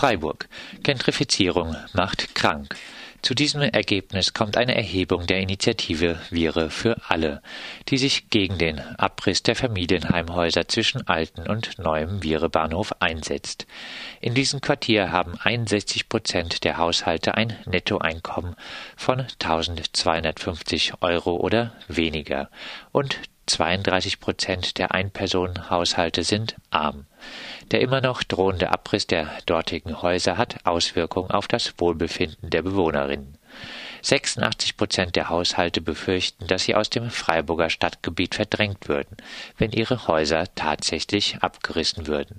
Freiburg. Gentrifizierung macht krank. Zu diesem Ergebnis kommt eine Erhebung der Initiative Viere für alle, die sich gegen den Abriss der Familienheimhäuser zwischen alten und neuem Viere-Bahnhof einsetzt. In diesem Quartier haben 61% der Haushalte ein Nettoeinkommen von 1.250 € oder weniger und 32% der Einpersonenhaushalte sind arm. Der immer noch drohende Abriss der dortigen Häuser hat Auswirkungen auf das Wohlbefinden der Bewohnerinnen. 86% der Haushalte befürchten, dass sie aus dem Freiburger Stadtgebiet verdrängt würden, wenn ihre Häuser tatsächlich abgerissen würden.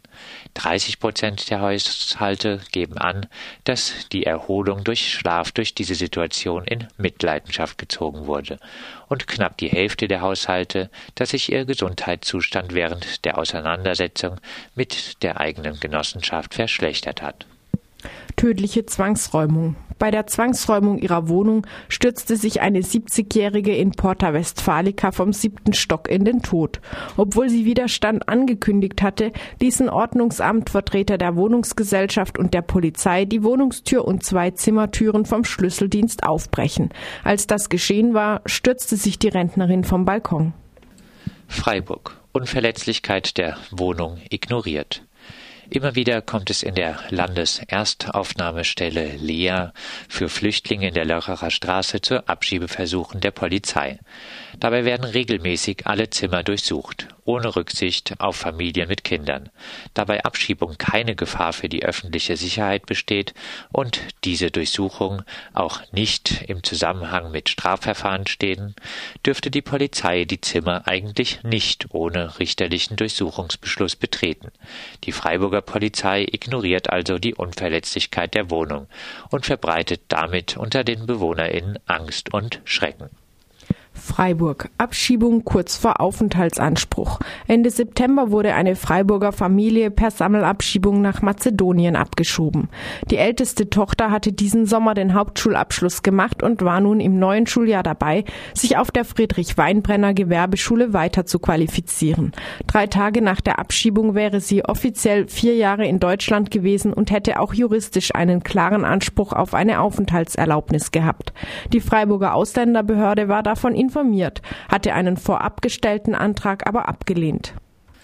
30% der Haushalte geben an, dass die Erholung durch Schlaf durch diese Situation in Mitleidenschaft gezogen wurde. Und knapp die Hälfte der Haushalte, dass sich ihr Gesundheitszustand während der Auseinandersetzung mit der eigenen Genossenschaft verschlechtert hat. Tödliche Zwangsräumung. Bei der Zwangsräumung ihrer Wohnung stürzte sich eine 70-Jährige in Porta Westfalica vom 7. Stock in den Tod. Obwohl sie Widerstand angekündigt hatte, ließen Ordnungsamt, Vertreter der Wohnungsgesellschaft und der Polizei die Wohnungstür und 2 Zimmertüren vom Schlüsseldienst aufbrechen. Als das geschehen war, stürzte sich die Rentnerin vom Balkon. Freiburg. Unverletzlichkeit der Wohnung ignoriert. Immer wieder kommt es in der Landeserstaufnahmestelle Lea für Flüchtlinge in der Lörracher Straße zu Abschiebeversuchen der Polizei. Dabei werden regelmäßig alle Zimmer durchsucht, ohne Rücksicht auf Familien mit Kindern. Da bei Abschiebung keine Gefahr für die öffentliche Sicherheit besteht und diese Durchsuchungen auch nicht im Zusammenhang mit Strafverfahren stehen, dürfte die Polizei die Zimmer eigentlich nicht ohne richterlichen Durchsuchungsbeschluss betreten. Die Freiburger Polizei ignoriert also die Unverletzlichkeit der Wohnung und verbreitet damit unter den BewohnerInnen Angst und Schrecken. Freiburg. Abschiebung kurz vor Aufenthaltsanspruch. Ende September wurde eine Freiburger Familie per Sammelabschiebung nach Mazedonien abgeschoben. Die älteste Tochter hatte diesen Sommer den Hauptschulabschluss gemacht und war nun im neuen Schuljahr dabei, sich auf der Friedrich-Weinbrenner-Gewerbeschule weiter zu qualifizieren. 3 Tage nach der Abschiebung wäre sie offiziell 4 Jahre in Deutschland gewesen und hätte auch juristisch einen klaren Anspruch auf eine Aufenthaltserlaubnis gehabt. Die Freiburger Ausländerbehörde war davon informiert, hatte einen vorab gestellten Antrag aber abgelehnt.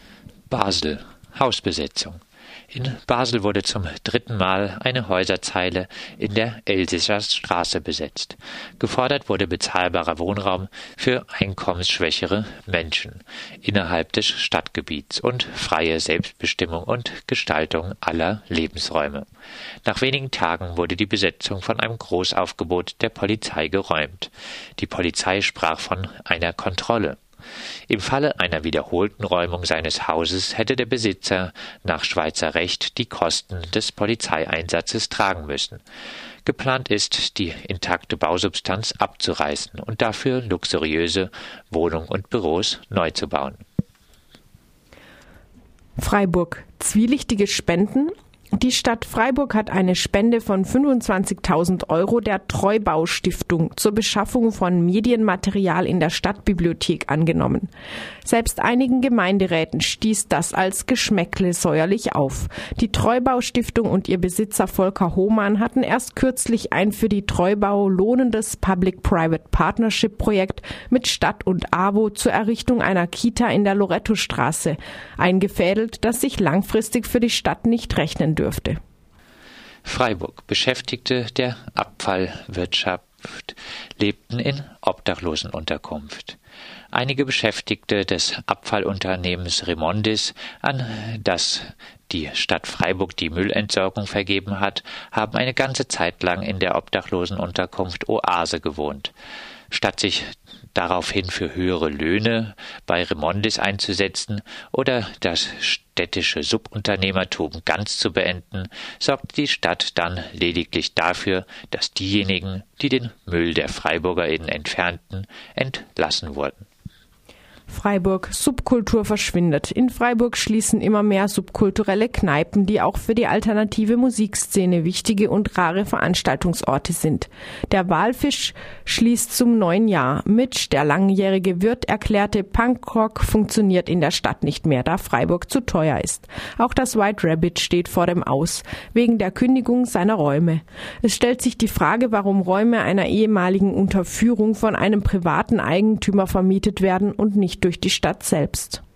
Basel. Hausbesetzung. In Basel wurde zum 3. Mal eine Häuserzeile in der Elsischer Straße besetzt. Gefordert wurde bezahlbarer Wohnraum für einkommensschwächere Menschen innerhalb des Stadtgebiets und freie Selbstbestimmung und Gestaltung aller Lebensräume. Nach wenigen Tagen wurde die Besetzung von einem Großaufgebot der Polizei geräumt. Die Polizei sprach von einer Kontrolle. Im Falle einer wiederholten Räumung seines Hauses hätte der Besitzer nach Schweizer Recht die Kosten des Polizeieinsatzes tragen müssen. Geplant ist, die intakte Bausubstanz abzureißen und dafür luxuriöse Wohnungen und Büros neu zu bauen. Freiburg. Zwielichtige Spenden. Die Stadt Freiburg hat eine Spende von 25.000 € der Treubau-Stiftung zur Beschaffung von Medienmaterial in der Stadtbibliothek angenommen. Selbst einigen Gemeinderäten stieß das als Geschmäckle säuerlich auf. Die Treubau-Stiftung und ihr Besitzer Volker Hohmann hatten erst kürzlich ein für die Treubau lohnendes Public-Private-Partnership-Projekt mit Stadt und AWO zur Errichtung einer Kita in der Lorettostraße eingefädelt, das sich langfristig für die Stadt nicht rechnen dürfte. Freiburg. Beschäftigte der Abfallwirtschaft lebten in Obdachlosenunterkunft. Einige Beschäftigte des Abfallunternehmens Remondis, an das die Stadt Freiburg die Müllentsorgung vergeben hat, haben eine ganze Zeit lang in der Obdachlosenunterkunft Oase gewohnt. Statt sich daraufhin für höhere Löhne bei Remondis einzusetzen oder das städtische Subunternehmertum ganz zu beenden, sorgt die Stadt dann lediglich dafür, dass diejenigen, die den Müll der FreiburgerInnen entfernten, entlassen wurden. Freiburg. Subkultur verschwindet. In Freiburg schließen immer mehr subkulturelle Kneipen, die auch für die alternative Musikszene wichtige und rare Veranstaltungsorte sind. Der Walfisch schließt zum neuen Jahr. Mitch, der langjährige Wirt, erklärte, Punkrock funktioniert in der Stadt nicht mehr, da Freiburg zu teuer ist. Auch das White Rabbit steht vor dem Aus, wegen der Kündigung seiner Räume. Es stellt sich die Frage, warum Räume einer ehemaligen Unterführung von einem privaten Eigentümer vermietet werden und nicht durch die Stadt selbst.